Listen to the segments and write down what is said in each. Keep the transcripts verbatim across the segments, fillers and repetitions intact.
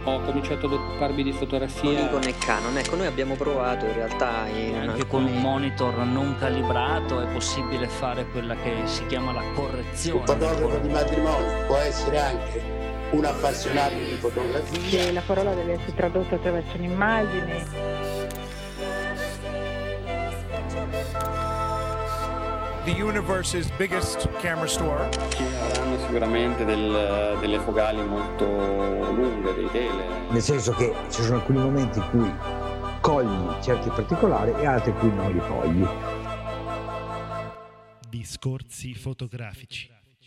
ho cominciato ad occuparmi di fotografia. Nikon e Canon, ecco, noi abbiamo provato in realtà in anche alcuni... con un monitor non calibrato è possibile fare quella che si chiama la correzione. Un fotografo di matrimonio può essere anche un appassionato di fotografia. La parola deve essere tradotta attraverso un'immagine. The universe's biggest camera store. Ci saranno sicuramente del, delle focali molto lunghe, dei tele. Nel senso che ci sono alcuni momenti in cui cogli certi particolari e altri in cui non li cogli. Discorsi fotografici.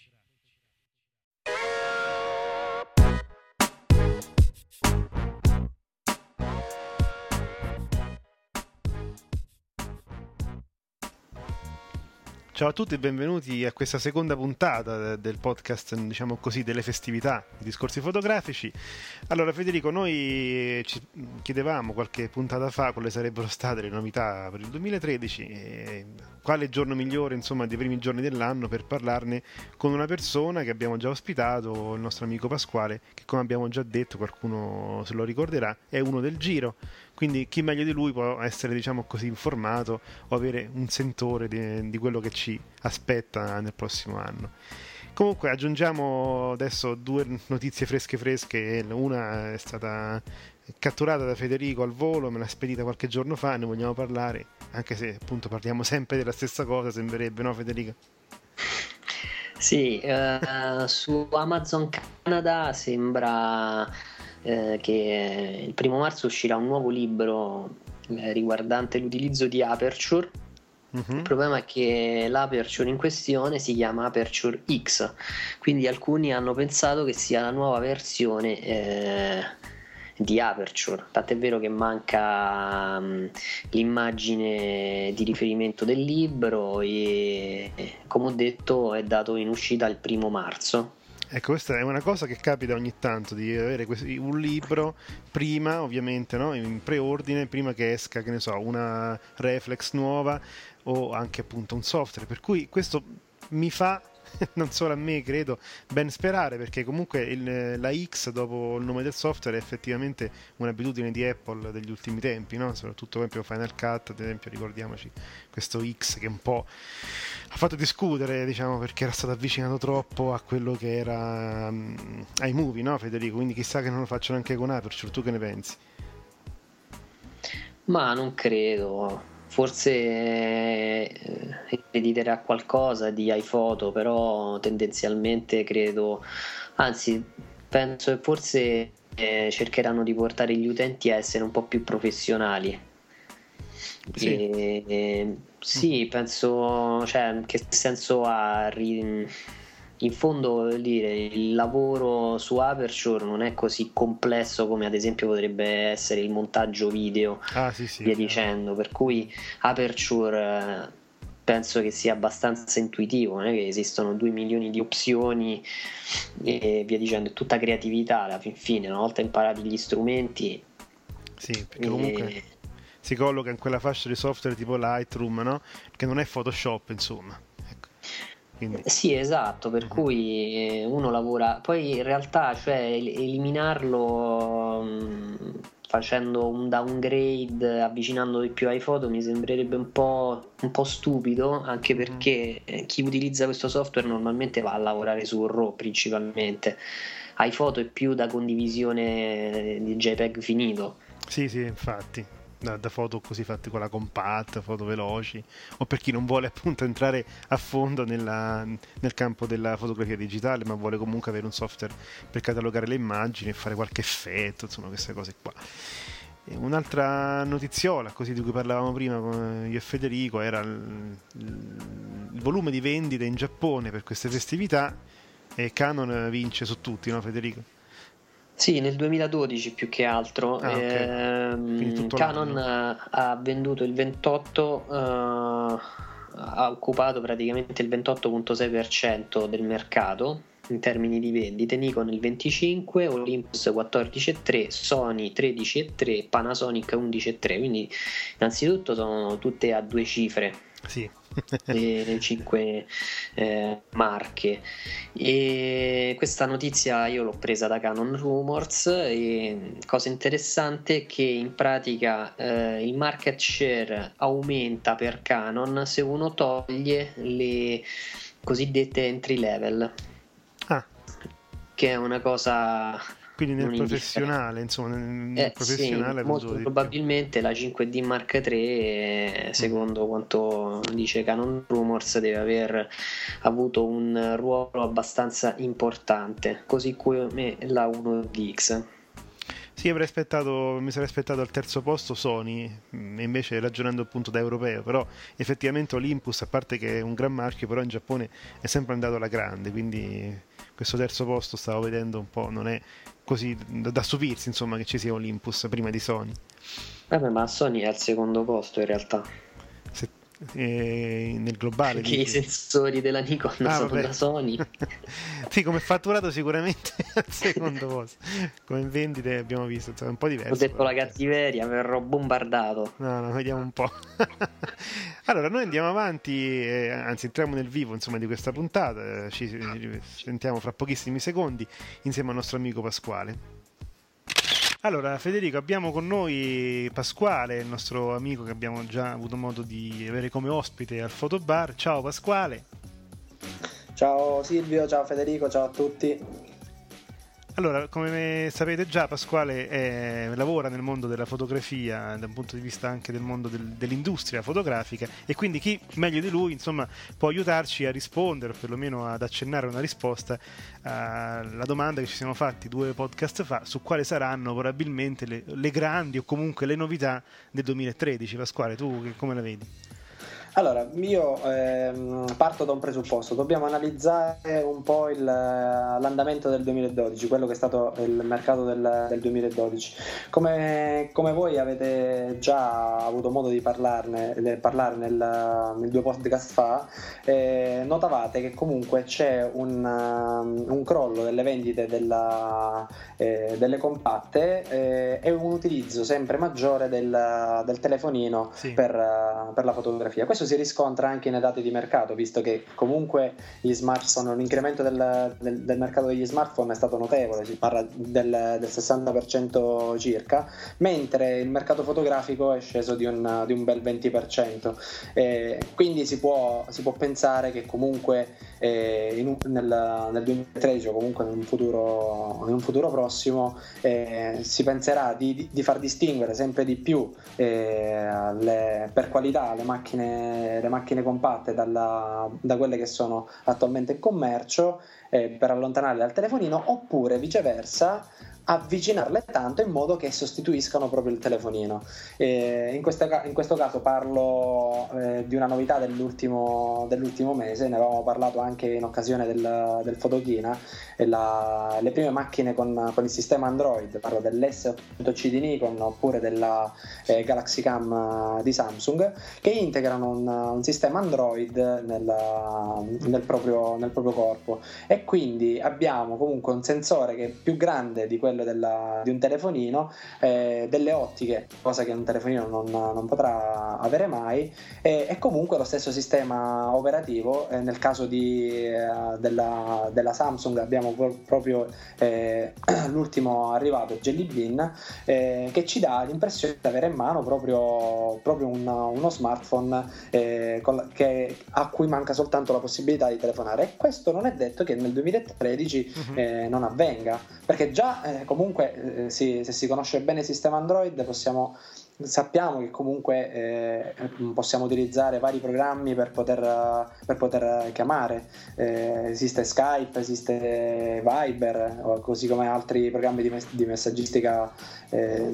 Ciao a tutti e benvenuti a questa seconda puntata del podcast, diciamo così, delle festività di discorsi fotografici. Allora Federico, noi ci chiedevamo qualche puntata fa quali sarebbero state le novità per il duemilatredici e quale giorno migliore, insomma, dei primi giorni dell'anno per parlarne con una persona che abbiamo già ospitato, il nostro amico Pasquale, che come abbiamo già detto, qualcuno se lo ricorderà, è uno del Giro. Quindi chi meglio di lui può essere, diciamo così, informato o avere un sentore di, di quello che ci aspetta nel prossimo anno. Comunque aggiungiamo adesso due notizie fresche fresche. Una è stata catturata da Federico al volo, me l'ha spedita qualche giorno fa, ne vogliamo parlare, anche se appunto parliamo sempre della stessa cosa, sembrerebbe, no Federica? Sì, uh, su Amazon Canada sembra eh, che il primo marzo uscirà un nuovo libro eh, riguardante l'utilizzo di Aperture. Uh-huh. Il problema è che l'Aperture in questione si chiama Aperture X, quindi alcuni hanno pensato che sia la nuova versione eh, di Aperture, tant'è vero che manca um, l'immagine di riferimento del libro e, come ho detto, è dato in uscita il primo marzo. Ecco, questa è una cosa che capita ogni tanto, di avere un libro prima, ovviamente, no? In preordine, prima che esca, che ne so, una reflex nuova o anche appunto un software, per cui questo mi fa, non solo a me credo, ben sperare, perché comunque il, la X dopo il nome del software è effettivamente un'abitudine di Apple degli ultimi tempi, no? Soprattutto per esempio Final Cut, ad esempio, ricordiamoci questo X che un po' ha fatto discutere, diciamo, perché era stato avvicinato troppo a quello che era um, ai movie, no Federico? Quindi chissà che non lo facciano anche con Aperture, tu che ne pensi? Ma non credo. Forse eh, editerà qualcosa di iPhoto, però tendenzialmente credo, anzi penso che forse eh, cercheranno di portare gli utenti a essere un po' più professionali. Sì, e, eh, sì penso, cioè, che senso ha ri... in fondo, voglio dire, il lavoro su Aperture non è così complesso come ad esempio potrebbe essere il montaggio video, ah, sì, sì, via dicendo, per cui Aperture penso che sia abbastanza intuitivo, non è che esistono due milioni di opzioni e via dicendo, è tutta creatività alla fin fine, una volta imparati gli strumenti. Sì, perché comunque e... si colloca in quella fascia di software tipo Lightroom, no? Che non è Photoshop, insomma. Quindi. Sì, esatto, per uh-huh. cui uno lavora, poi in realtà, cioè, eliminarlo mh, facendo un downgrade, avvicinando di più ai foto, mi sembrerebbe un po', un po' stupido, anche perché uh-huh. chi utilizza questo software normalmente va a lavorare su RAW principalmente. iPhoto è più da condivisione di JPEG finito. Sì, sì, infatti. Da, da foto così fatte con la compatta, foto veloci, o per chi non vuole appunto entrare a fondo nella, nel campo della fotografia digitale, ma vuole comunque avere un software per catalogare le immagini e fare qualche effetto, insomma, queste cose qua. E un'altra notiziola così di cui parlavamo prima con io e Federico era il, il volume di vendite in Giappone per queste festività, e Canon vince su tutti, no Federico? Sì, nel duemiladodici più che altro. Ah, okay. ehm, Canon l'anno. ha venduto il ventotto, eh, ha occupato praticamente il ventotto virgola sei per cento del mercato in termini di vendite, Nikon il venticinque, Olympus quattordici virgola tre, Sony tredici virgola tre, Panasonic undici virgola tre, quindi innanzitutto sono tutte a due cifre. Sì. le cinque eh, marche. E questa notizia io l'ho presa da Canon Rumors, e cosa interessante è che in pratica eh, il market share aumenta per Canon se uno toglie le cosiddette entry level, ah. che è una cosa... Quindi nel professionale, insomma, nel eh, professionale sì, molto probabilmente la cinque D Mark tre, secondo mm. quanto dice Canon Rumors, deve aver avuto un ruolo abbastanza importante, così come la uno D X. Sì, avrei aspettato, mi sarei aspettato al terzo posto Sony, invece ragionando appunto da europeo, però effettivamente Olympus, a parte che è un gran marchio, però in Giappone è sempre andato alla grande, quindi questo terzo posto stavo vedendo un po', non è così da, da stupirsi, insomma, che ci sia Olympus prima di Sony. Vabbè, ma Sony è al secondo posto in realtà. Se, eh, nel globale. Perché dici? I sensori della Nikon ah, sono vabbè. da Sony. Sì, come fatturato sicuramente al secondo posto. Come vendite abbiamo visto, è un po' diverso. Ho detto la cattiveria, verrò bombardato. No, no, vediamo un po'. Allora, noi andiamo avanti, eh, anzi entriamo nel vivo, insomma, di questa puntata, ci, ci sentiamo fra pochissimi secondi insieme al nostro amico Pasquale. Allora, Federico, abbiamo con noi Pasquale, il nostro amico che abbiamo già avuto modo di avere come ospite al Fotobar. Ciao Pasquale. Ciao Silvio, ciao Federico, ciao a tutti. Allora, come sapete già, Pasquale è, lavora nel mondo della fotografia, da un punto di vista anche del mondo del, dell'industria fotografica, e quindi chi meglio di lui, insomma, può aiutarci a rispondere, o perlomeno ad accennare una risposta alla domanda che ci siamo fatti due podcast fa, su quali saranno probabilmente le, le grandi o comunque le novità del duemilatredici. Pasquale, tu che, come la vedi? Allora, io ehm, parto da un presupposto: dobbiamo analizzare un po' il, l'andamento del duemiladodici, quello che è stato il mercato del, del duemiladodici. Come, come voi avete già avuto modo di parlarne, di parlare nel, nel due podcast fa, eh, notavate che comunque c'è un, un crollo delle vendite della, eh, delle compatte eh, e un utilizzo sempre maggiore del, del telefonino sì. per, per la fotografia. Questo si riscontra anche nei dati di mercato, visto che comunque gli smartphone, l'incremento del, del, del mercato degli smartphone è stato notevole, si parla del, del sessanta per cento circa, mentre il mercato fotografico è sceso di un, di un bel venti per cento. Eh, quindi si può, si può pensare che comunque eh, in un, nel, nel duemilatredici o comunque in un futuro, in un futuro prossimo eh, si penserà di, di, di far distinguere sempre di più eh, le, per qualità le macchine le macchine compatte dalla, da quelle che sono attualmente in commercio, eh, per allontanarle dal telefonino, oppure viceversa avvicinarle tanto in modo che sostituiscano proprio il telefonino. Eh, in, questo, in questo caso parlo eh, di una novità dell'ultimo, dell'ultimo mese, ne avevamo parlato anche in occasione del, del Fotochina, la, le prime macchine con, con il sistema Android, parlo dell'esse ottocento C di Nikon oppure della eh, Galaxy Cam di Samsung, che integrano un, un sistema Android nel, nel, proprio, nel proprio corpo, e quindi abbiamo comunque un sensore che è più grande di quello Della, di un telefonino, eh, delle ottiche, cosa che un telefonino non, non potrà avere mai, e, e comunque lo stesso sistema operativo. Eh, nel caso di, eh, della, della Samsung abbiamo pro- proprio eh, l'ultimo arrivato, Jelly Bean, eh, che ci dà l'impressione di avere in mano proprio, proprio un, uno smartphone eh, con la, che, a cui manca soltanto la possibilità di telefonare, e questo non è detto che nel duemilatredici uh-huh. eh, non avvenga, perché già eh, comunque eh, sì, se si conosce bene il sistema Android possiamo, sappiamo che comunque eh, possiamo utilizzare vari programmi per poter, per poter chiamare, eh, esiste Skype, esiste Viber, così come altri programmi di, mess- di messaggistica eh,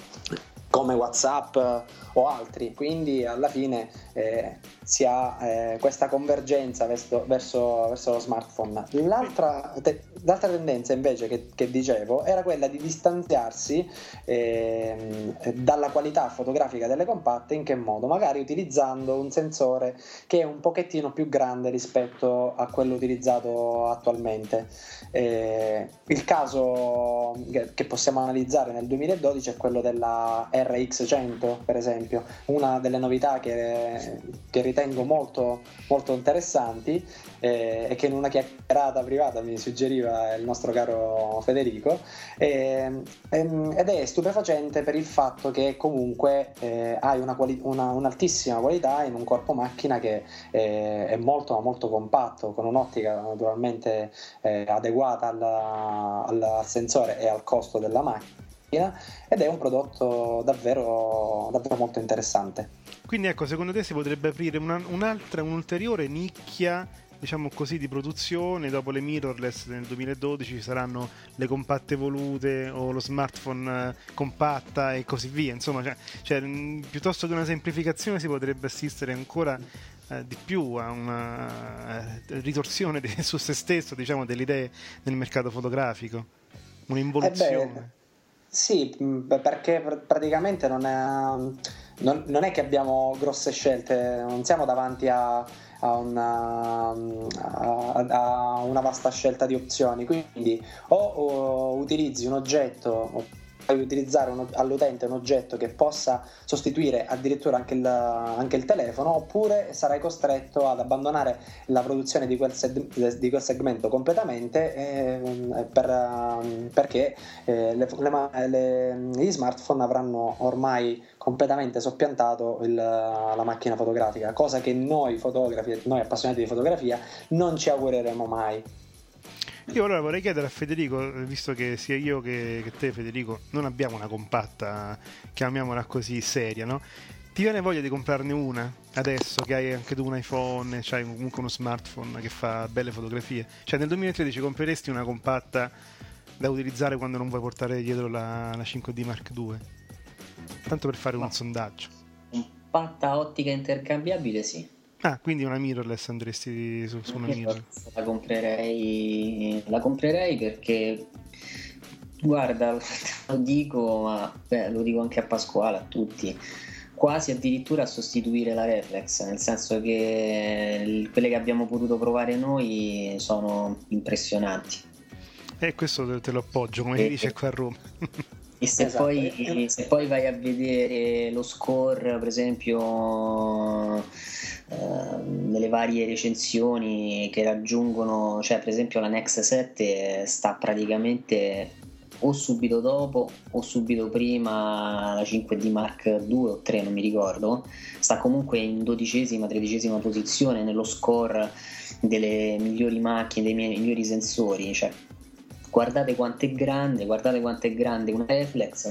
come WhatsApp o altri, quindi alla fine eh, si ha eh, questa convergenza verso, verso, verso lo smartphone. L'altra, te, l'altra tendenza invece che, che dicevo era quella di distanziarsi eh, dalla qualità fotografica delle compatte. In che modo? Magari utilizzando un sensore che è un pochettino più grande rispetto a quello utilizzato attualmente. Eh, il caso che, che possiamo analizzare nel duemiladodici è quello della R X cento, per esempio, una delle novità che, che ritengo molto, molto interessanti eh, e che in una chiacchierata privata mi suggeriva il nostro caro Federico, eh, ehm, ed è stupefacente per il fatto che comunque eh, hai una quali- una, un'altissima qualità in un corpo macchina che eh, è molto molto compatto, con un'ottica naturalmente eh, adeguata alla, al sensore e al costo della macchina, ed è un prodotto davvero, davvero molto interessante. Quindi ecco, secondo te si potrebbe aprire una, un'altra, un'ulteriore nicchia, diciamo così, di produzione? Dopo le mirrorless nel duemiladodici ci saranno le compatte evolute o lo smartphone eh, compatta e così via, insomma, cioè, cioè, mh, piuttosto che una semplificazione si potrebbe assistere ancora eh, di più a una eh, ritorsione di, su se stesso, diciamo, delle idee nel mercato fotografico, un'involuzione. Eh beh, sì, perché praticamente non è, non, non è che abbiamo grosse scelte, non siamo davanti a, a, una, a, a una vasta scelta di opzioni, quindi o, o utilizzi un oggetto, o puoi utilizzare un, all'utente un oggetto che possa sostituire addirittura anche il, anche il telefono, oppure sarai costretto ad abbandonare la produzione di quel, seg- di quel segmento completamente eh, per, perché eh, le, le, le, gli smartphone avranno ormai completamente soppiantato il, la macchina fotografica, cosa che noi fotografi, noi appassionati di fotografia, non ci augureremo mai. Io allora vorrei chiedere a Federico, visto che sia io che, che te, Federico, non abbiamo una compatta, chiamiamola così, seria, no? Ti viene voglia di comprarne una adesso che hai anche tu un iPhone, c'hai comunque uno smartphone che fa belle fotografie? Cioè nel duemilatredici compreresti una compatta da utilizzare quando non vuoi portare dietro la, la cinque D Mark due? Tanto per fare no. un sondaggio. Compatta ottica intercambiabile, sì. Ah, quindi una mirrorless andresti su, su una mirrorless? La comprerei, la comprerei perché, guarda, lo dico, ma beh, lo dico anche a Pasquale, a tutti, quasi addirittura a sostituire la reflex, nel senso che quelle che abbiamo potuto provare noi sono impressionanti. E questo te lo appoggio, come si dice qua a Roma. E se, esatto. poi, se poi vai a vedere lo score, per esempio, eh, nelle varie recensioni che raggiungono, cioè per esempio la Nex sette sta praticamente o subito dopo o subito prima la cinque D Mark due o tre, non mi ricordo, sta comunque in dodicesima, tredicesima posizione nello score delle migliori macchine, dei miei migliori sensori, cioè guardate quanto è grande, guardate quanto è grande una reflex,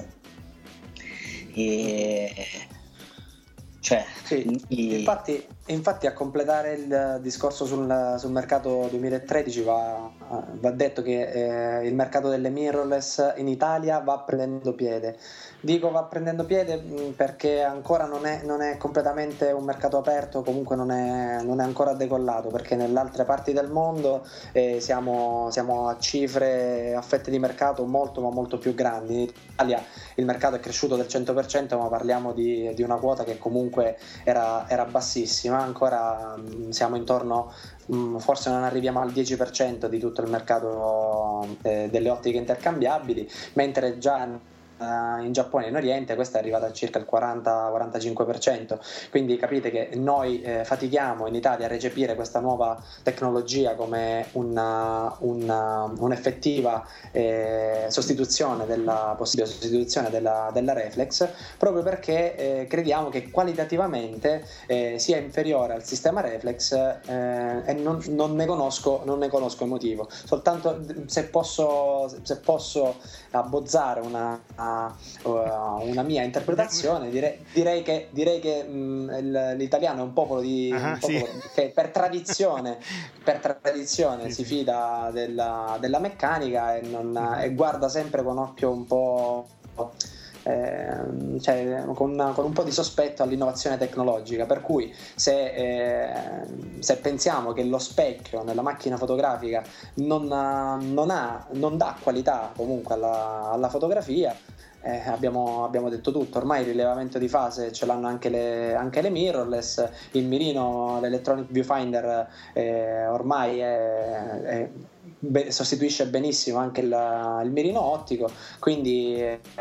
e cioè sì, i... infatti, infatti a completare il discorso sul, sul mercato duemilatredici va, va detto che eh, il mercato delle mirrorless in Italia va prendendo piede. Dico va prendendo piede perché ancora non è, non è completamente un mercato aperto, comunque non è, non è ancora decollato, perché nelle altre parti del mondo eh, siamo, siamo a cifre, a fette di mercato molto ma molto più grandi. In Italia il mercato è cresciuto del cento per cento, ma parliamo di, di una quota che comunque era, era bassissima, ancora mh, siamo intorno, mh, forse non arriviamo al dieci per cento di tutto il mercato eh, delle ottiche intercambiabili, mentre già in Giappone e in Oriente questa è arrivata a circa il quaranta quarantacinque per cento, quindi capite che noi eh, fatichiamo in Italia a recepire questa nuova tecnologia come una, una, un'effettiva eh, sostituzione della possibile sostituzione della, della reflex, proprio perché eh, crediamo che qualitativamente eh, sia inferiore al sistema reflex eh, e non, non ne conosco non ne conosco il motivo. Soltanto se posso se posso abbozzare una una mia interpretazione, direi, direi che, direi che mh, l'italiano è un popolo, di, ah, un popolo sì. che per tradizione, per tradizione sì, si sì. fida della, della meccanica e, non, e guarda sempre con occhio un po' Eh, cioè, con, una, con un po' di sospetto all'innovazione tecnologica, per cui se, eh, se pensiamo che lo specchio nella macchina fotografica non, ha, non, ha, non dà qualità comunque alla, alla fotografia, eh, abbiamo, abbiamo detto tutto. Ormai il rilevamento di fase ce l'hanno anche le, anche le mirrorless, il mirino, l'electronic viewfinder eh, ormai è, è Be- sostituisce benissimo anche il, il mirino ottico, quindi eh,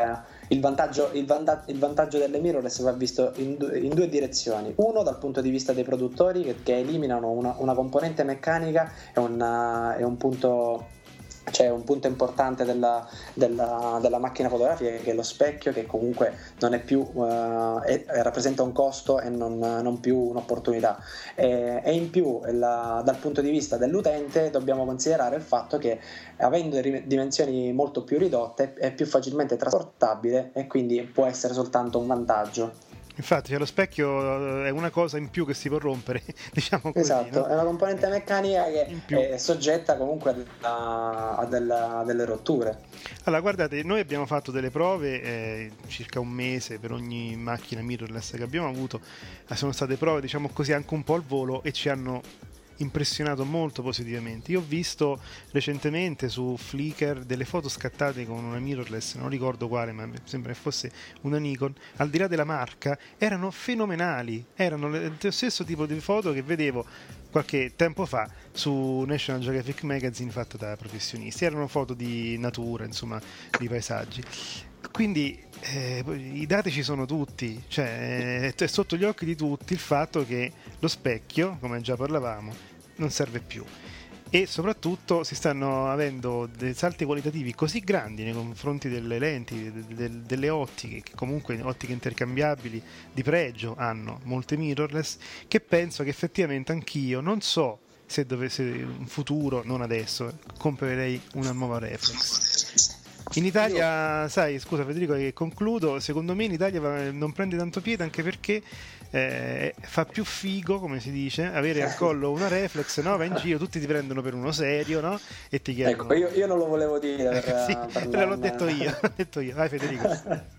il vantaggio, il, vanta- il vantaggio delle mirrorless va visto in, du- in due direzioni. Uno dal punto di vista dei produttori che, che eliminano una, una componente meccanica e, una, e un punto c'è un punto importante della, della, della macchina fotografica, che è lo specchio, che comunque non è più uh, è, rappresenta un costo e non, non più un'opportunità, e, e in più la, dal punto di vista dell'utente dobbiamo considerare il fatto che avendo dimensioni molto più ridotte è più facilmente trasportabile e quindi può essere soltanto un vantaggio. Infatti, cioè, lo specchio è una cosa in più che si può rompere, diciamo così. Esatto, no? È una componente meccanica che è soggetta comunque a, a, della, a delle rotture. Allora, guardate, noi abbiamo fatto delle prove, eh, circa un mese per ogni macchina mirrorless che abbiamo avuto. Sono state prove, diciamo così, anche un po' al volo e ci hanno impressionato molto positivamente. Io ho visto recentemente su Flickr delle foto scattate con una mirrorless, non ricordo quale, ma mi sembra che fosse una Nikon, al di là della marca, erano fenomenali, erano lo stesso tipo di foto che vedevo qualche tempo fa su National Geographic Magazine fatte da professionisti. Erano foto di natura, insomma, di paesaggi. Quindi eh, i dati ci sono tutti, cioè è sotto gli occhi di tutti il fatto che lo specchio, come già parlavamo, non serve più, e soprattutto si stanno avendo dei salti qualitativi così grandi nei confronti delle lenti, de- de- delle ottiche, che comunque ottiche intercambiabili di pregio hanno molte mirrorless, che penso che effettivamente anch'io, non so se dovesse in futuro, non adesso, comprerei una nuova reflex. In Italia, Io... sai, scusa Federico, che concludo, secondo me in Italia non prende tanto piede, anche perché eh, fa più figo, come si dice, avere al collo una reflex, no? Vai in giro, tutti ti prendono per uno serio, no? E ti chiedono... Ecco, io, io non lo volevo dire per, sì, per però non... l'ho detto io, l'ho detto io. Vai Federico.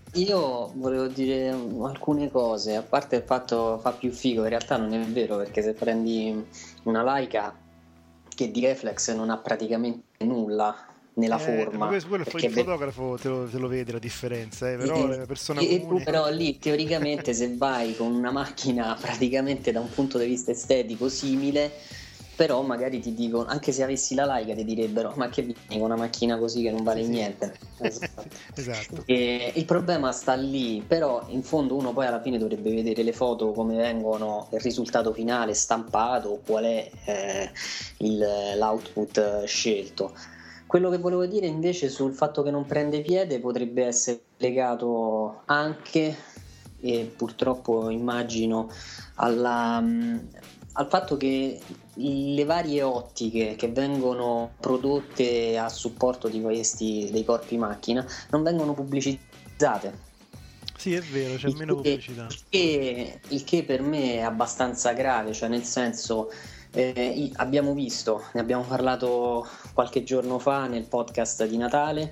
Io volevo dire alcune cose, a parte il fatto fa più figo, in realtà non è vero, perché se prendi una Leica che di reflex non ha praticamente nulla nella eh, forma, quello, quello il fotografo te lo, te lo vede la differenza, eh, però e, la persona e, comune... però lì teoricamente se vai con una macchina praticamente da un punto di vista estetico simile, però magari ti dicono, anche se avessi la Leica ti direbbero ma che vieni con una macchina così che non vale sì, niente sì. Esatto. E il problema sta lì, però in fondo uno poi alla fine dovrebbe vedere le foto come vengono, il risultato finale stampato, qual è eh, il, l'output scelto. Quello che volevo dire invece sul fatto che non prende piede potrebbe essere legato anche, e purtroppo immagino, alla, al fatto che le varie ottiche che vengono prodotte a supporto di questi dei corpi macchina non vengono pubblicizzate. Sì, è vero, c'è il meno che, pubblicità. Il che, il che per me è abbastanza grave, cioè nel senso... Eh, abbiamo visto, ne abbiamo parlato qualche giorno fa nel podcast di Natale,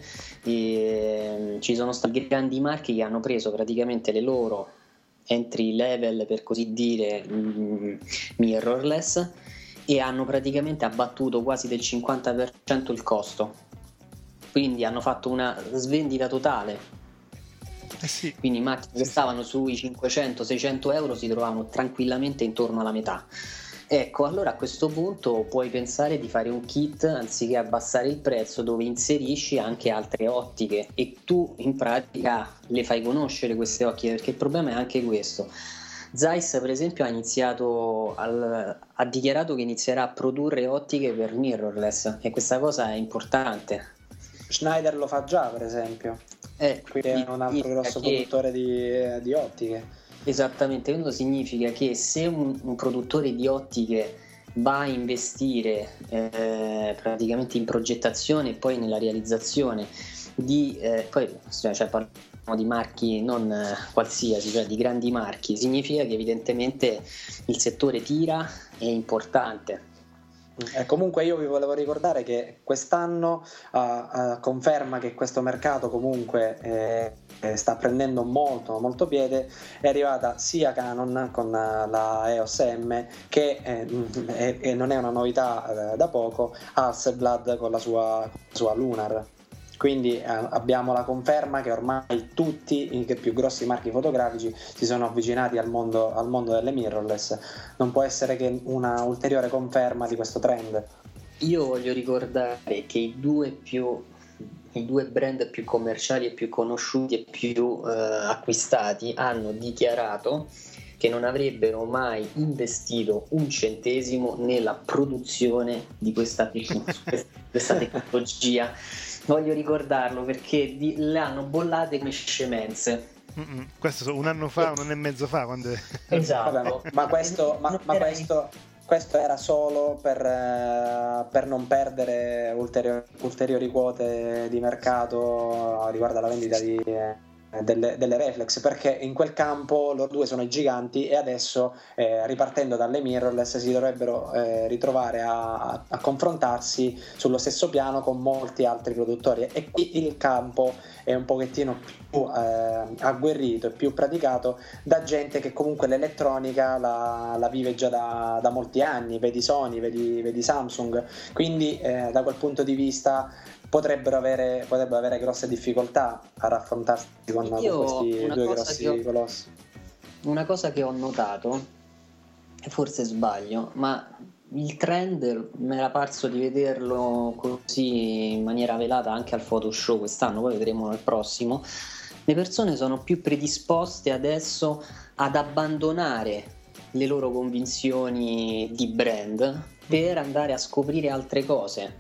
e ci sono stati grandi marchi che hanno preso praticamente le loro entry level, per così dire, mh, mirrorless, e hanno praticamente abbattuto quasi del cinquanta per cento il costo, quindi hanno fatto una svendita totale. Eh sì. Quindi macchine sì, che stavano sì. sui cinquecento seicento euro si trovavano tranquillamente intorno alla metà. Ecco, allora a questo punto puoi pensare di fare un kit anziché abbassare il prezzo, dove inserisci anche altre ottiche e tu in pratica le fai conoscere queste ottiche, perché il problema è anche questo. Zeiss per esempio ha iniziato al, ha dichiarato che inizierà a produrre ottiche per mirrorless, e questa cosa è importante. Schneider lo fa già per esempio, eh, quindi è un altro grosso che... produttore di, di ottiche. Esattamente, questo significa che se un, un produttore di ottiche va a investire eh, praticamente in progettazione e poi nella realizzazione di eh, poi cioè, parliamo di marchi non eh, qualsiasi, cioè di grandi marchi, significa che evidentemente il settore tira, è importante. Eh, comunque io vi volevo ricordare che quest'anno uh, uh, conferma che questo mercato comunque eh, eh, sta prendendo molto molto piede, è arrivata sia Canon con uh, la E O S M che eh, eh, non è una novità eh, da poco, Hasselblad con la sua, sua Lunar. Quindi eh, abbiamo la conferma che ormai tutti i più grossi marchi fotografici si sono avvicinati al mondo, al mondo delle mirrorless. Non può essere che una ulteriore conferma di questo trend. Io voglio ricordare che i due più i due brand più commerciali e più conosciuti e più eh, acquistati hanno dichiarato che non avrebbero mai investito un centesimo nella produzione di questa, questa tecnologia. Voglio ricordarlo perché di, le hanno bollate come scemenze. Mm-mm. Questo un anno fa, un anno e mezzo fa, quando è... Esatto. Vabbè, ma questo, ma, ma questo, questo era solo per, eh, per non perdere ulteriori, ulteriori quote di mercato riguardo alla vendita di, eh, delle, delle reflex, perché in quel campo loro due sono i giganti e adesso eh, ripartendo dalle mirrorless si dovrebbero eh, ritrovare a, a confrontarsi sullo stesso piano con molti altri produttori, e qui il campo è un pochettino più eh, agguerrito e più praticato da gente che comunque l'elettronica la, la vive già da, da molti anni, vedi Sony, vedi, vedi Samsung, quindi eh, da quel punto di vista potrebbero avere, potrebbero avere grosse difficoltà a raffrontarsi con, con questi due grossi ho, colossi. Una cosa che ho notato, e forse sbaglio, ma il trend mi era parso di vederlo così in maniera velata anche al Photoshop quest'anno, poi vedremo nel prossimo. Le persone sono più predisposte adesso ad abbandonare le loro convinzioni di brand per andare a scoprire altre cose.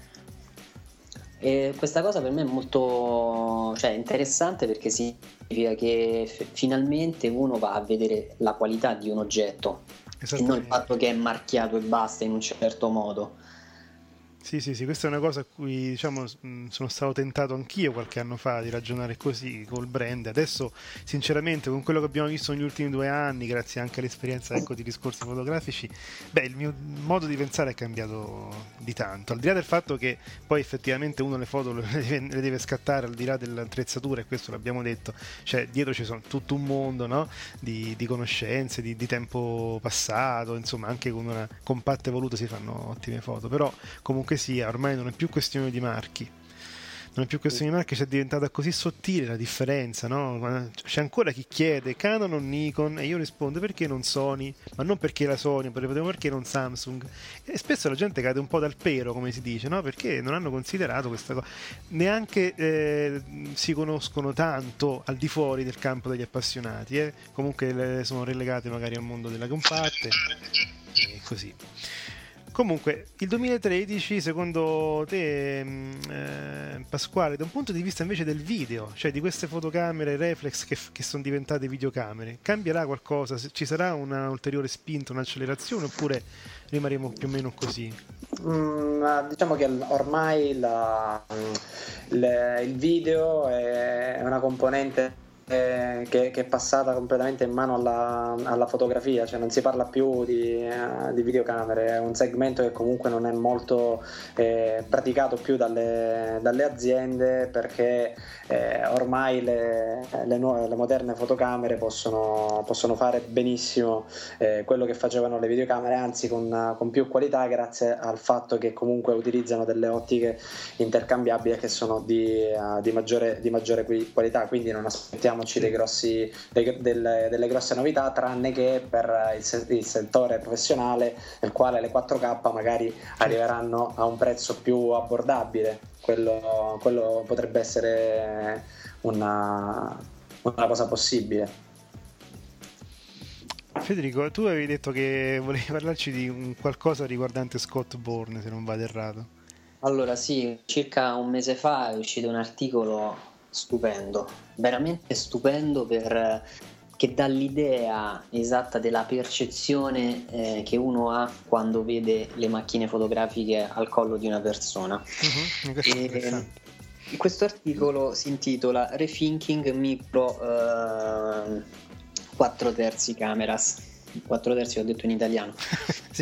E questa cosa per me è molto, cioè, interessante, perché significa che f- finalmente uno va a vedere la qualità di un oggetto e non il fatto che è marchiato e basta in un certo modo. Sì, sì, sì, questa è una cosa a cui, diciamo, sono stato tentato anch'io qualche anno fa di ragionare così col brand. Adesso, sinceramente, con quello che abbiamo visto negli ultimi due anni, grazie anche all'esperienza, ecco, di discorsi fotografici, beh, il mio modo di pensare è cambiato di tanto. Al di là del fatto che poi effettivamente uno le foto le deve, le deve scattare al di là dell'attrezzatura, e questo l'abbiamo detto, cioè dietro ci sono tutto un mondo, no? di, di conoscenze, di, di tempo passato, insomma, anche con una compatta evoluta si fanno ottime foto, però comunque sia, ormai non è più questione di marchi, non è più questione di marchi, c'è diventata così sottile la differenza, no? C'è ancora chi chiede Canon o Nikon, e io rispondo perché non Sony, ma non perché la Sony, perché non Samsung, e spesso la gente cade un po' dal pero, come si dice, no? Perché non hanno considerato questa cosa, neanche eh, si conoscono tanto al di fuori del campo degli appassionati, eh? Comunque le, sono relegate magari al mondo delle compatte e così. Comunque, il duemilatredici, secondo te, eh, Pasquale, da un punto di vista invece del video, cioè di queste fotocamere reflex che, che sono diventate videocamere, cambierà qualcosa? Ci sarà una ulteriore spinta, un'accelerazione, oppure rimarremo più o meno così? Mm, diciamo che ormai la, le, il video è una componente Che, che è passata completamente in mano alla, alla fotografia, cioè non si parla più di, uh, di videocamere, è un segmento che comunque non è molto eh, praticato più dalle, dalle aziende, perché eh, ormai le, le, nuove, le moderne fotocamere possono, possono fare benissimo eh, quello che facevano le videocamere, anzi con, con più qualità, grazie al fatto che comunque utilizzano delle ottiche intercambiabili che sono di, uh, di, maggiore, di maggiore qualità, quindi non aspettiamo dei grossi, dei, delle, delle grosse novità, tranne che per il, il settore professionale, nel quale le quattro K magari arriveranno a un prezzo più abbordabile. Quello, quello potrebbe essere una, una cosa possibile. Federico, tu avevi detto che volevi parlarci di un qualcosa riguardante Scott Bourne, se non vado errato. Allora sì, circa un mese fa è uscito un articolo stupendo, veramente stupendo, per che dà l'idea esatta della percezione eh, che uno ha quando vede le macchine fotografiche al collo di una persona. Uh-huh, e, questo articolo si intitola Rethinking Micro eh, quattro terzi cameras. quattro terzi l'ho detto in italiano. Sì.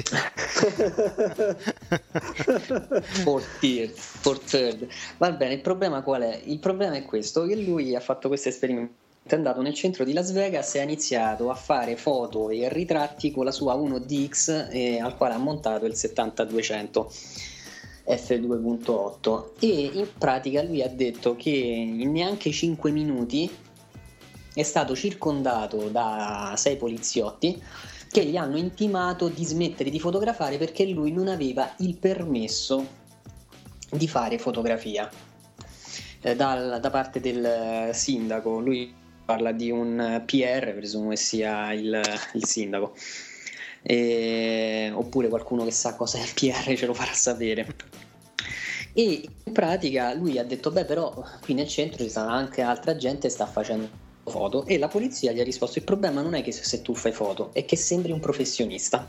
four third, four third. Va bene, il problema qual è? Il problema è questo, che lui ha fatto questo esperimento, è andato nel centro di Las Vegas e ha iniziato a fare foto e ritratti con la sua uno D X eh, al quale ha montato il settanta duecento F due punto otto, e in pratica lui ha detto che in neanche cinque minuti è stato circondato da sei poliziotti che gli hanno intimato di smettere di fotografare perché lui non aveva il permesso di fare fotografia. eh, dal, da parte del sindaco. Lui parla di un P R, presumo che sia il, il sindaco, e, oppure qualcuno che sa cosa è il P R ce lo farà sapere. E in pratica lui ha detto: beh, però qui nel centro ci sta anche altra gente che sta facendo foto, e la polizia gli ha risposto: il problema non è che se tu fai foto, è che sembri un professionista.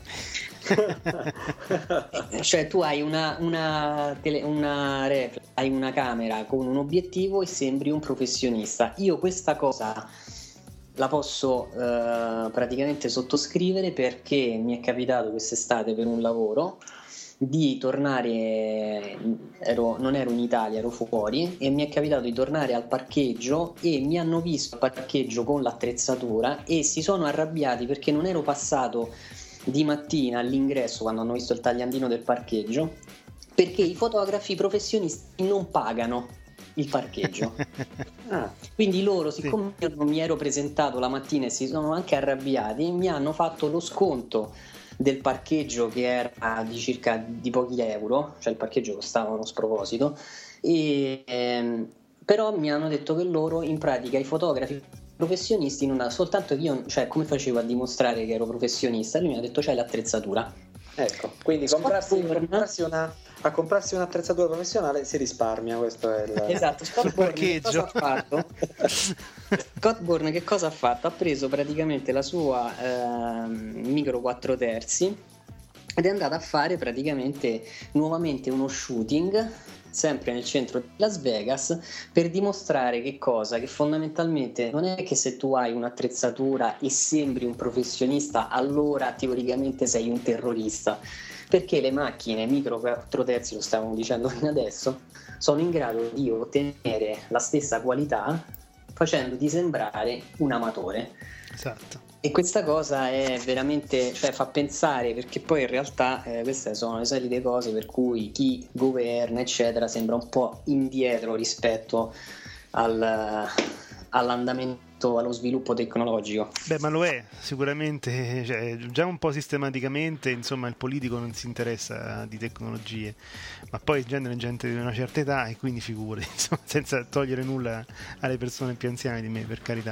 Cioè tu hai una, una, tele, una reflex, hai una camera con un obiettivo e sembri un professionista. Io questa cosa la posso eh, praticamente sottoscrivere, perché mi è capitato quest'estate per un lavoro di tornare, ero, non ero in Italia, ero fuori, e mi è capitato di tornare al parcheggio e mi hanno visto al parcheggio con l'attrezzatura e si sono arrabbiati perché non ero passato di mattina all'ingresso quando hanno visto il tagliandino del parcheggio, perché i fotografi professionisti non pagano il parcheggio. Ah, quindi loro, siccome sì. io non mi ero presentato la mattina e si sono anche arrabbiati, mi hanno fatto lo sconto del parcheggio, che era di circa di pochi euro, cioè il parcheggio costava uno sproposito, e ehm, però mi hanno detto che loro in pratica i fotografi professionisti non, soltanto che io, cioè come facevo a dimostrare che ero professionista, lui mi ha detto c'hai l'attrezzatura. Ecco, quindi comprarsi, comprarsi una, a comprarsi un'attrezzatura professionale si risparmia, questo è il... Esatto. Scott Bourne che cosa ha fatto? Scott Bourne che cosa ha fatto? Ha preso praticamente la sua eh, micro quattro terzi ed è andato a fare praticamente nuovamente uno shooting sempre nel centro di Las Vegas, per dimostrare che cosa? Che fondamentalmente non è che se tu hai un'attrezzatura e sembri un professionista allora teoricamente sei un terrorista, perché le macchine micro quattro terzi, lo stavamo dicendo fino adesso, sono in grado di ottenere la stessa qualità facendoti sembrare un amatore. Esatto. E questa cosa è veramente, cioè fa pensare, perché poi in realtà eh, queste sono le solite cose per cui chi governa eccetera sembra un po' indietro rispetto al, all'andamento, allo sviluppo tecnologico. Beh, ma lo è sicuramente, cioè, già un po' sistematicamente, insomma, il politico non si interessa di tecnologie, ma poi in genere è gente di una certa età, e quindi figure, insomma, senza togliere nulla alle persone più anziane di me, per carità.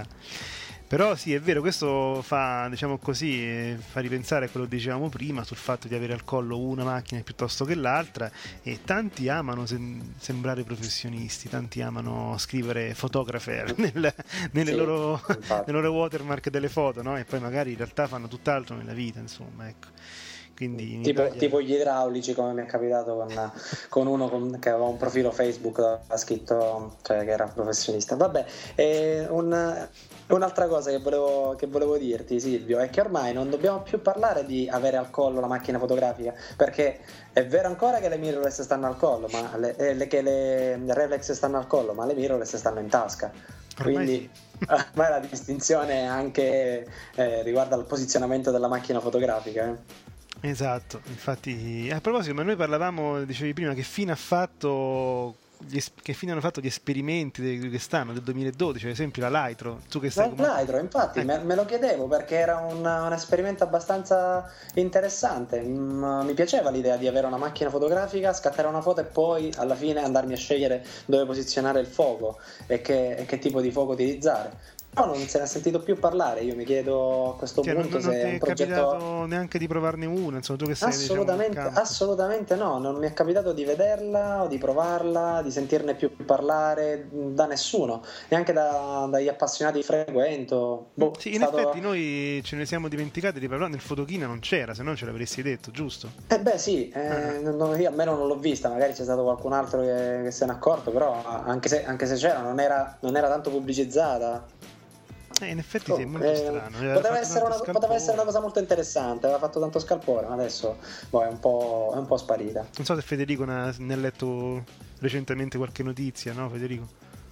Però sì, è vero, questo fa, diciamo così, fa ripensare a quello che dicevamo prima sul fatto di avere al collo una macchina piuttosto che l'altra, e tanti amano sem- sembrare professionisti, tanti amano scrivere photographer nel, nelle, sì, loro, nelle loro watermark delle foto, no? E poi magari in realtà fanno tutt'altro nella vita, insomma, ecco. Quindi tipo, Italia... tipo gli idraulici, come mi è capitato con, con uno con, che aveva un profilo Facebook, ha scritto, cioè, che era professionista. Vabbè, e un, un'altra cosa che volevo, che volevo dirti, Silvio, è che ormai non dobbiamo più parlare di avere al collo la macchina fotografica, perché è vero ancora che le mirrorless stanno al collo, ma le, eh, le, che le reflex stanno al collo, ma le mirrorless stanno in tasca. Quindi ormai la distinzione anche eh, riguarda il posizionamento della macchina fotografica, eh. Esatto, infatti a proposito, ma noi parlavamo, dicevi prima, che fine ha fatto gli es- che fine hanno fatto gli esperimenti di quest'anno, del duemiladodici, ad esempio la Lytro. Tu che sai? La Lytro, infatti, ecco. me, me lo chiedevo perché era un, un esperimento abbastanza interessante. Mm, mi piaceva l'idea di avere una macchina fotografica, scattare una foto e poi alla fine andarmi a scegliere dove posizionare il fuoco e che, e che tipo di fuoco utilizzare. No, non se ne è sentito più parlare. Io mi chiedo a questo cioè, punto non, se non è un progetto. Non ti è capitato neanche di provarne una, insomma, tu che sei, assolutamente, diciamo, assolutamente no, non mi è capitato di vederla o di provarla, di sentirne più parlare da nessuno, neanche da, dagli appassionati frequento. Boh, sì, in stato... effetti noi ce ne siamo dimenticati di parlare, nel fotochina non c'era, se no ce l'avresti detto, giusto? Eh beh sì, eh, uh-huh. non, io almeno non l'ho vista, magari c'è stato qualcun altro che, che se n'è accorto, però anche se, anche se c'era non era, non era tanto pubblicizzata. Eh, in effetti oh, sì, è molto eh, strano. Poteva essere, una, poteva essere una cosa molto interessante, aveva fatto tanto scalpore, ma adesso boh, è, un po', è un po' sparita. Non so se Federico ne ha, ne ha letto recentemente qualche notizia, no Federico?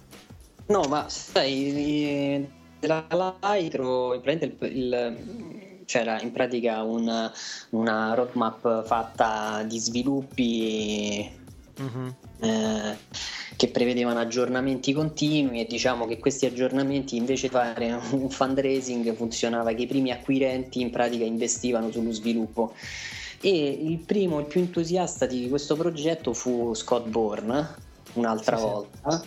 No, ma sai, della Lytro il, il, c'era in pratica una, una roadmap fatta di sviluppi uh-huh. eh, che prevedevano aggiornamenti continui, e diciamo che questi aggiornamenti, invece di fare un fundraising, funzionava che i primi acquirenti in pratica investivano sullo sviluppo. E il primo, il più entusiasta di questo progetto fu Scott Bourne, un'altra sì, sì. volta.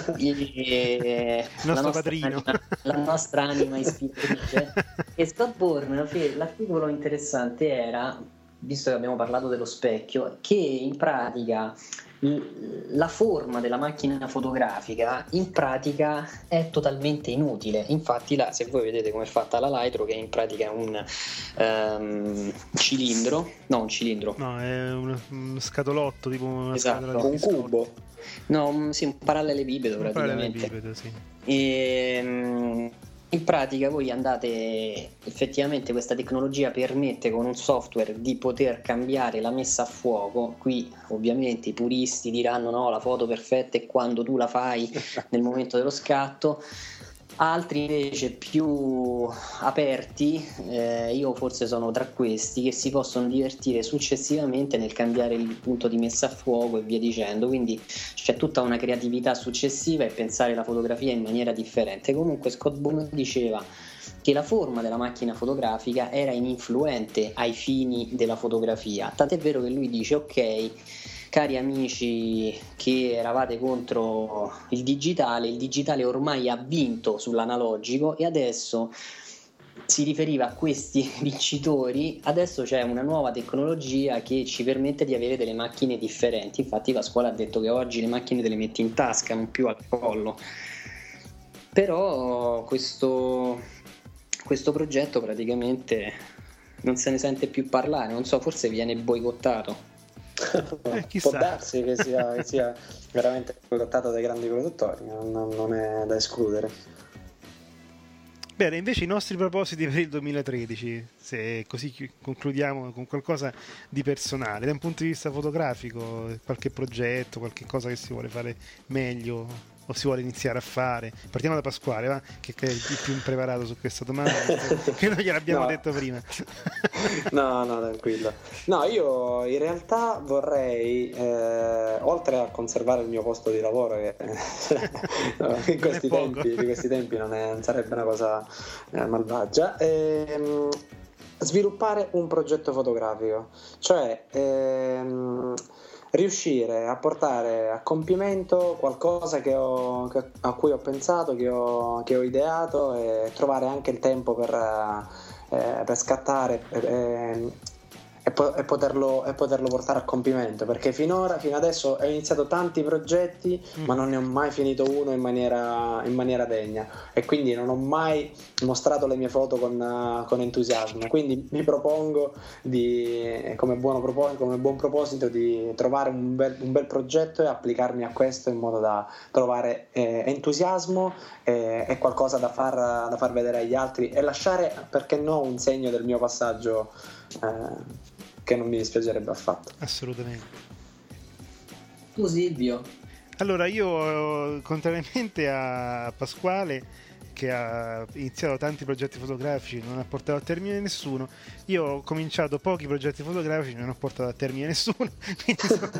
E il nostro la nostra padrino. Anima, la nostra anima ispiratrice. E Scott Bourne, l'articolo interessante era, visto che abbiamo parlato dello specchio, che in pratica la forma della macchina fotografica in pratica è totalmente inutile. Infatti là, se voi vedete come è fatta la Lytro, che in pratica è un um, cilindro, no un cilindro no è un, un scatolotto, tipo una esatto, scatola di un cubo, no un, sì, un parallelepipedo un praticamente parallelepipedo, sì. E, um, in pratica voi andate, effettivamente questa tecnologia permette con un software di poter cambiare la messa a fuoco. Qui ovviamente i puristi diranno no, la foto perfetta è quando tu la fai nel momento dello scatto. Altri invece più aperti, eh, io forse sono tra questi, che si possono divertire successivamente nel cambiare il punto di messa a fuoco e via dicendo. Quindi c'è tutta una creatività successiva e pensare la fotografia in maniera differente. Comunque Scott Bourne diceva che la forma della macchina fotografica era ininfluente ai fini della fotografia, tant'è vero che lui dice ok, cari amici che eravate contro il digitale, il digitale ormai ha vinto sull'analogico e adesso, si riferiva a questi vincitori, adesso c'è una nuova tecnologia che ci permette di avere delle macchine differenti. Infatti Pasquale ha detto che oggi le macchine te le metti in tasca, non più al collo. Però questo, questo progetto praticamente non se ne sente più parlare, non so, forse viene boicottato. Eh, può darsi che sia, che sia veramente boicottato dai grandi produttori, non, non è da escludere. Bene, invece i nostri propositi per il duemilatredici, se così concludiamo con qualcosa di personale, da un punto di vista fotografico, qualche progetto, qualche cosa che si vuole fare meglio o si vuole iniziare a fare. Partiamo da Pasquale, va? Che è il più impreparato su questa domanda, che noi gliel'abbiamo no. detto prima. no, no, tranquillo. No, io in realtà vorrei, eh, oltre a conservare il mio posto di lavoro, che no, in questi tempi, di questi tempi non, è, non sarebbe una cosa eh, malvagia, ehm, sviluppare un progetto fotografico, cioè ehm, riuscire a portare a compimento qualcosa che ho, che, a cui ho pensato, che ho, che ho ideato, e trovare anche il tempo per, eh, per scattare eh, e, po- e, poterlo, e poterlo portare a compimento, perché finora, fino adesso ho iniziato tanti progetti mm. ma non ne ho mai finito uno in maniera, in maniera degna, e quindi non ho mai mostrato le mie foto con, con entusiasmo. Quindi mi propongo di, come, buono propos- come buon proposito, di trovare un bel, un bel progetto e applicarmi a questo in modo da trovare eh, entusiasmo e, e qualcosa da far, da far vedere agli altri, e lasciare, perché no, un segno del mio passaggio eh, che non mi dispiacerebbe affatto. Assolutamente. Tu Silvio? Allora io, contrariamente a Pasquale, che ha iniziato tanti progetti fotografici, non ha portato a termine nessuno, io ho cominciato pochi progetti fotografici, non ho portato a termine nessuno, quindi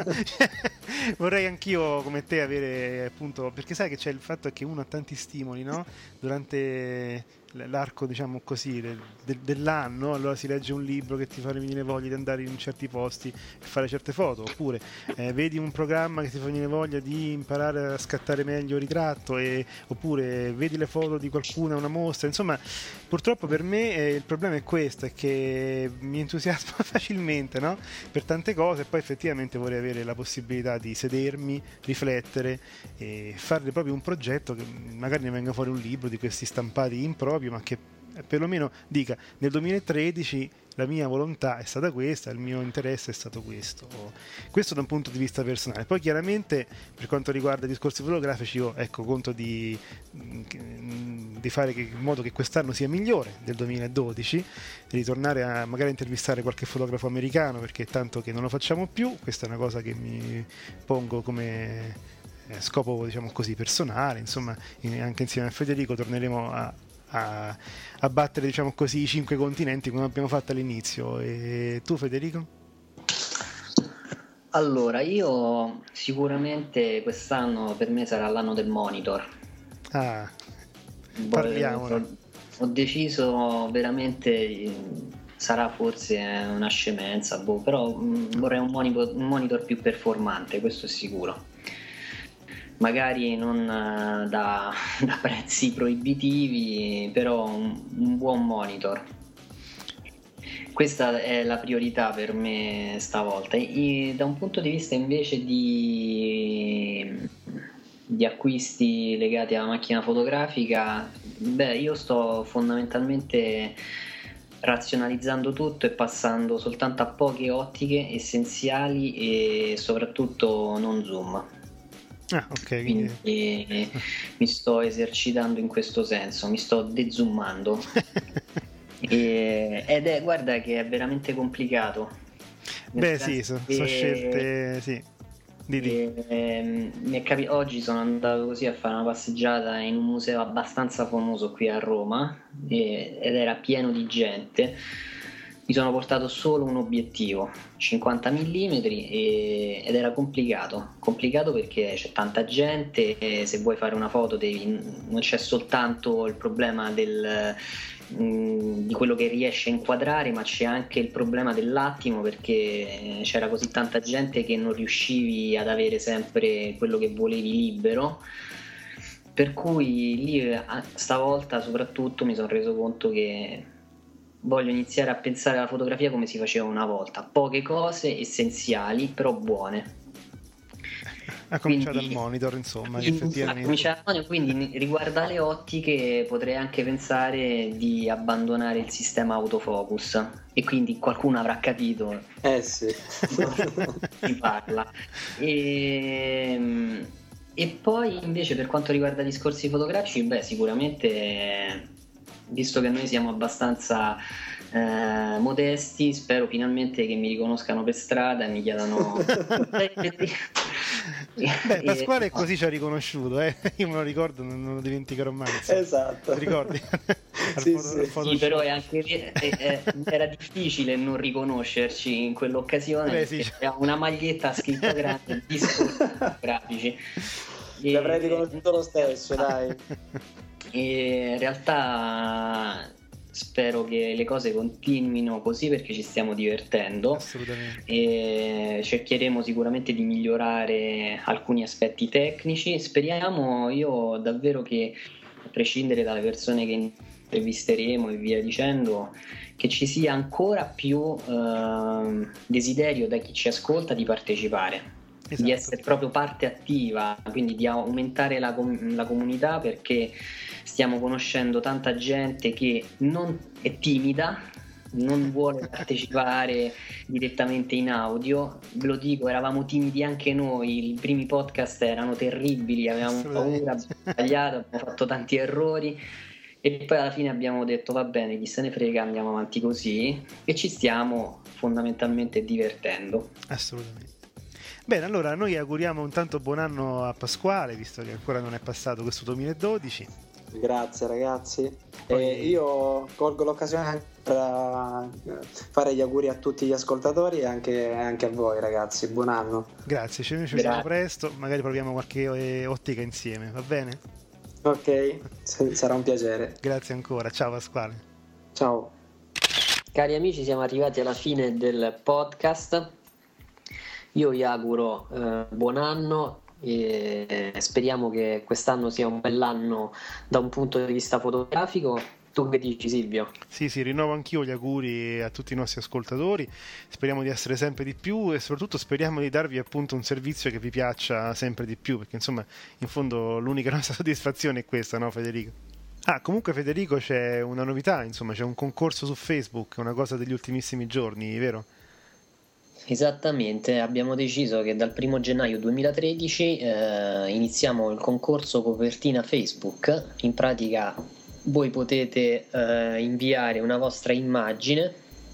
vorrei anch'io come te avere, appunto, perché sai che c'è il fatto che uno ha tanti stimoli, no? Durante l'arco, diciamo così, del, del, dell'anno, allora si legge un libro che ti fa venire voglia di andare in certi posti e fare certe foto, oppure eh, vedi un programma che ti fa venire voglia di imparare a scattare meglio il ritratto, e, oppure vedi le foto di qualcuno a una mostra. Insomma, purtroppo per me eh, il problema è questo, è che mi entusiasmo facilmente, no? Per tante cose, e poi effettivamente vorrei avere la possibilità di sedermi, riflettere e fare proprio un progetto che magari ne venga fuori un libro di questi stampati impropri, ma che perlomeno dica: nel duemilatredici la mia volontà è stata questa, il mio interesse è stato questo. Questo da un punto di vista personale. Poi chiaramente per quanto riguarda i discorsi fotografici, io ecco conto di, di fare che, in modo che quest'anno sia migliore del duemiladodici, di ritornare a magari intervistare qualche fotografo americano, perché tanto che non lo facciamo più. Questa è una cosa che mi pongo come eh, scopo, diciamo così, personale. Insomma, in, anche insieme a Federico torneremo a A, a battere, diciamo così, i cinque continenti come abbiamo fatto all'inizio. E tu Federico? Allora, io sicuramente quest'anno per me sarà l'anno del monitor. Ah, parliamone. Ho, ho deciso veramente, sarà forse una scemenza, boh, però mh, vorrei un monitor, un monitor più performante, questo è sicuro. magari non uh, da, da prezzi proibitivi, però un, un buon monitor. Questa è la priorità per me stavolta. E da un punto di vista invece di, di acquisti legati alla macchina fotografica, beh, io sto fondamentalmente razionalizzando tutto e passando soltanto a poche ottiche essenziali e soprattutto non zoom. Ah, ok. Quindi eh, mi sto esercitando in questo senso, mi sto dezoomando. E, ed è, guarda che è veramente complicato. Beh sì, sono so scelte, sì. Di di. E, mi è capi- oggi sono andato così a fare una passeggiata in un museo abbastanza famoso qui a Roma e, ed era pieno di gente. Mi sono portato solo un obiettivo cinquanta millimetri e, ed era complicato complicato perché c'è tanta gente e se vuoi fare una foto devi, non c'è soltanto il problema del di quello che riesce a inquadrare, ma c'è anche il problema dell'attimo, perché c'era così tanta gente che non riuscivi ad avere sempre quello che volevi libero, per cui lì stavolta soprattutto mi sono reso conto che voglio iniziare a pensare alla fotografia come si faceva una volta, poche cose essenziali però buone. Ha cominciato il monitor, insomma, in, effettivamente. Ha cominciato, quindi riguardo alle ottiche potrei anche pensare di abbandonare il sistema autofocus e quindi qualcuno avrà capito eh sì si parla e, e poi invece per quanto riguarda i discorsi fotografici, beh sicuramente, visto che noi siamo abbastanza eh, modesti, spero finalmente che mi riconoscano per strada e mi chiedano beh, Pasquale così ci ha riconosciuto, eh? Io me lo ricordo, non, non lo dimenticherò mai, insomma. Esatto, ti ricordi? sì, foto, sì. sì, però è anche, è, è, era difficile non riconoscerci in quell'occasione. Beh, sì. Era una maglietta scritta grande, discorsi fotografici. L'avrei riconosciuto lo stesso, dai. E in realtà spero che le cose continuino così perché ci stiamo divertendo. Assolutamente. E cercheremo sicuramente di migliorare alcuni aspetti tecnici. Speriamo, io davvero, che a prescindere dalle persone che intervisteremo e via dicendo, che ci sia ancora più eh, desiderio da chi ci ascolta di partecipare. Esatto. Di essere proprio parte attiva, quindi di aumentare la, com- la comunità, perché stiamo conoscendo tanta gente che non è timida, non vuole partecipare direttamente in audio. Ve lo dico, eravamo timidi anche noi, i primi podcast erano terribili, avevamo paura, abbiamo sbagliato, abbiamo fatto tanti errori e poi alla fine abbiamo detto va bene, chi se ne frega, andiamo avanti così, e ci stiamo fondamentalmente divertendo. Assolutamente. Bene, allora noi auguriamo intanto buon anno a Pasquale, visto che ancora non è passato questo duemiladodici. Grazie ragazzi. Poi... E io colgo l'occasione anche per fare gli auguri a tutti gli ascoltatori e anche, anche a voi ragazzi, buon anno. Grazie, ci vediamo presto, magari proviamo qualche ottica insieme, va bene? Ok, sarà un piacere. Grazie ancora, ciao Pasquale. Ciao. Cari amici, siamo arrivati alla fine del podcast. Io vi auguro eh, buon anno e speriamo che quest'anno sia un bell'anno da un punto di vista fotografico. Tu che dici, Silvio? Sì, sì, rinnovo anch'io gli auguri a tutti i nostri ascoltatori, speriamo di essere sempre di più e soprattutto speriamo di darvi appunto un servizio che vi piaccia sempre di più, perché insomma in fondo l'unica nostra soddisfazione è questa, no Federico? Ah, comunque Federico, c'è una novità, insomma c'è un concorso su Facebook, una cosa degli ultimissimi giorni, vero? Esattamente, abbiamo deciso che dal primo gennaio duemilatredici eh, iniziamo il concorso copertina Facebook. In pratica voi potete eh, inviare una vostra immagine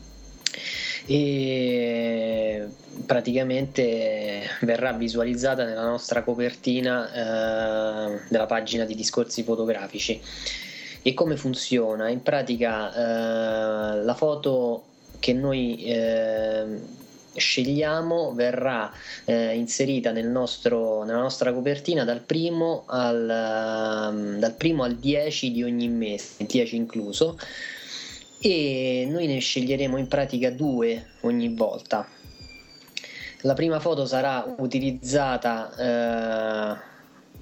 e praticamente verrà visualizzata nella nostra copertina eh, della pagina di Discorsi Fotografici. E come funziona? In pratica eh, la foto che noi eh, scegliamo verrà eh, inserita nel nostro, nella nostra copertina dal primo al, um, dal primo al dieci di ogni mese, dieci incluso, e noi ne sceglieremo in pratica due ogni volta. La prima foto sarà utilizzata eh,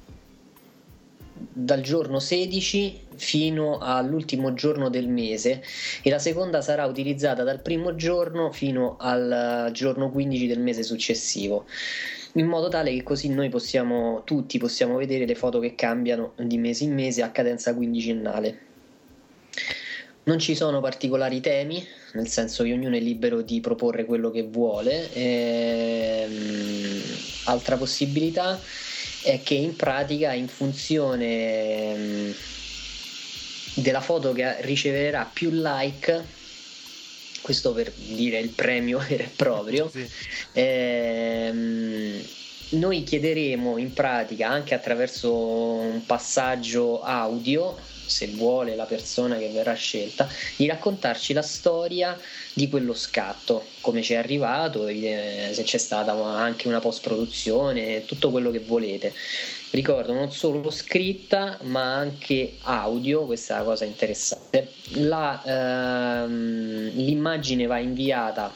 dal giorno sedici fino all'ultimo giorno del mese, e la seconda sarà utilizzata dal primo giorno fino al giorno quindici del mese successivo, in modo tale che così noi possiamo, tutti possiamo vedere le foto che cambiano di mese in mese a cadenza quindicennale. Non ci sono particolari temi, nel senso che ognuno è libero di proporre quello che vuole. Ehm, altra possibilità è che in pratica, in funzione ehm, della foto che riceverà più like, questo per dire il premio vero e proprio, sì. ehm, noi chiederemo in pratica, anche attraverso un passaggio audio, se vuole la persona che verrà scelta, di raccontarci la storia di quello scatto, come ci è arrivato, se c'è stata anche una post-produzione, tutto quello che volete. Ricordo, non solo scritta ma anche audio, questa è la cosa interessante. La, ehm, l'immagine va inviata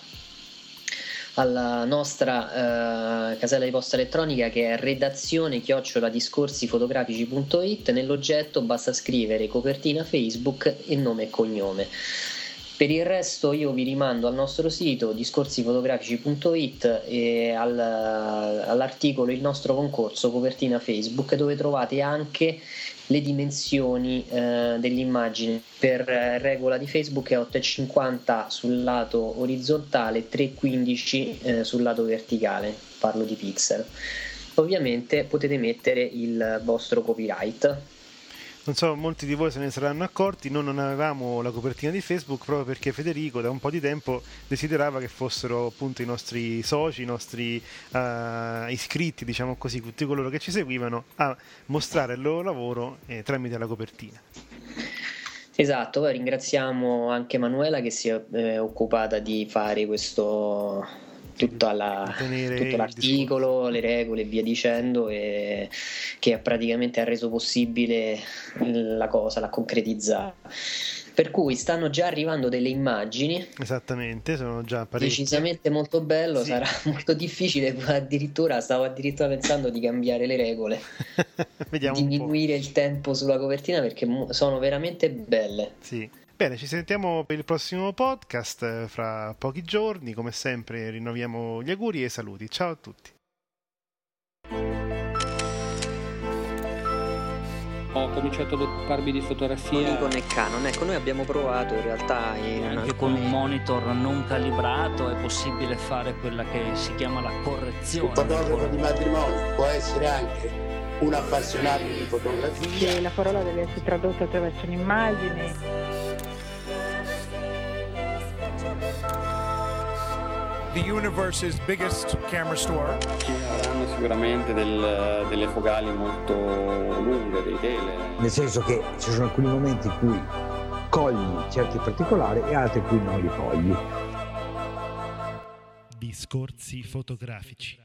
alla nostra eh, casella di posta elettronica, che è redazione chiocciola discorsifotografici.it. Nell'oggetto basta scrivere copertina Facebook e nome e cognome. Per il resto io vi rimando al nostro sito discorsifotografici.it e al, all'articolo Il nostro concorso copertina Facebook, dove trovate anche le dimensioni eh, dell'immagine. Per regola di Facebook è otto virgola cinquanta sul lato orizzontale e tre virgola quindici eh, sul lato verticale, parlo di pixel. Ovviamente potete mettere il vostro copyright. Non so, molti di voi se ne saranno accorti, noi non avevamo la copertina di Facebook proprio perché Federico da un po' di tempo desiderava che fossero appunto i nostri soci, i nostri uh, iscritti, diciamo così, tutti coloro che ci seguivano, a mostrare il loro lavoro eh, tramite la copertina. Esatto, poi ringraziamo anche Manuela che si è eh, occupata di fare questo... Tutta la, tutto l'articolo, le regole e via dicendo, e che praticamente ha reso possibile la cosa, l'ha concretizzata. Per cui stanno già arrivando delle immagini. Esattamente, sono già parecchie. Decisamente molto bello, sì. Sarà molto difficile, addirittura stavo addirittura pensando di cambiare le regole. Vediamo diminuire il tempo sulla copertina, perché sono veramente belle. Sì. Bene, ci sentiamo per il prossimo podcast fra pochi giorni. Come sempre rinnoviamo gli auguri e saluti. Ciao a tutti. Ho cominciato ad occuparmi di fotografia. Nikon e Canon, ecco, noi abbiamo provato in realtà in anche alcuni... con un monitor non calibrato è possibile fare quella che si chiama la correzione. Un fotografo di matrimonio può essere anche un appassionato di fotografia. Sì, la parola deve essere tradotta attraverso un'immagine. The universe's biggest camera store. Avranno sicuramente del, delle focali molto lunghe, dei tele. Nel senso che ci sono alcuni momenti in cui cogli certi particolari e altri in cui non li cogli. Discorsi fotografici.